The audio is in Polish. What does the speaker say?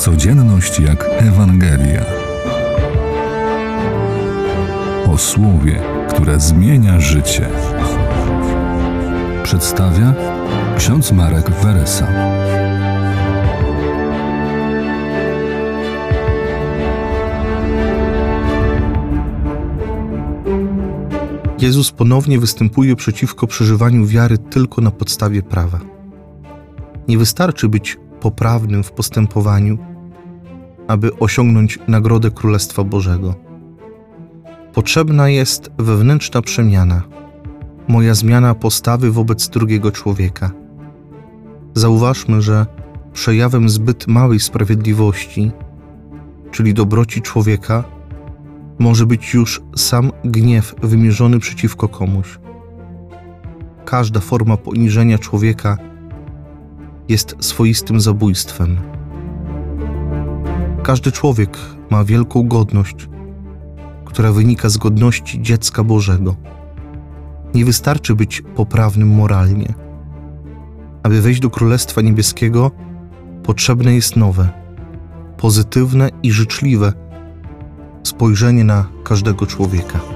Codzienność jak Ewangelia. O słowie, które zmienia życie. Przedstawia ksiądz Marek Weresa. Jezus ponownie występuje przeciwko przeżywaniu wiary tylko na podstawie prawa. Nie wystarczy być poprawnym w postępowaniu, aby osiągnąć nagrodę Królestwa Bożego. Potrzebna jest wewnętrzna przemiana, moja zmiana postawy wobec drugiego człowieka. Zauważmy, że przejawem zbyt małej sprawiedliwości, czyli dobroci człowieka, może być już sam gniew wymierzony przeciwko komuś. Każda forma poniżenia człowieka jest swoistym zabójstwem. Każdy człowiek ma wielką godność, która wynika z godności dziecka Bożego. Nie wystarczy być poprawnym moralnie. Aby wejść do Królestwa Niebieskiego, potrzebne jest nowe, pozytywne i życzliwe spojrzenie na każdego człowieka.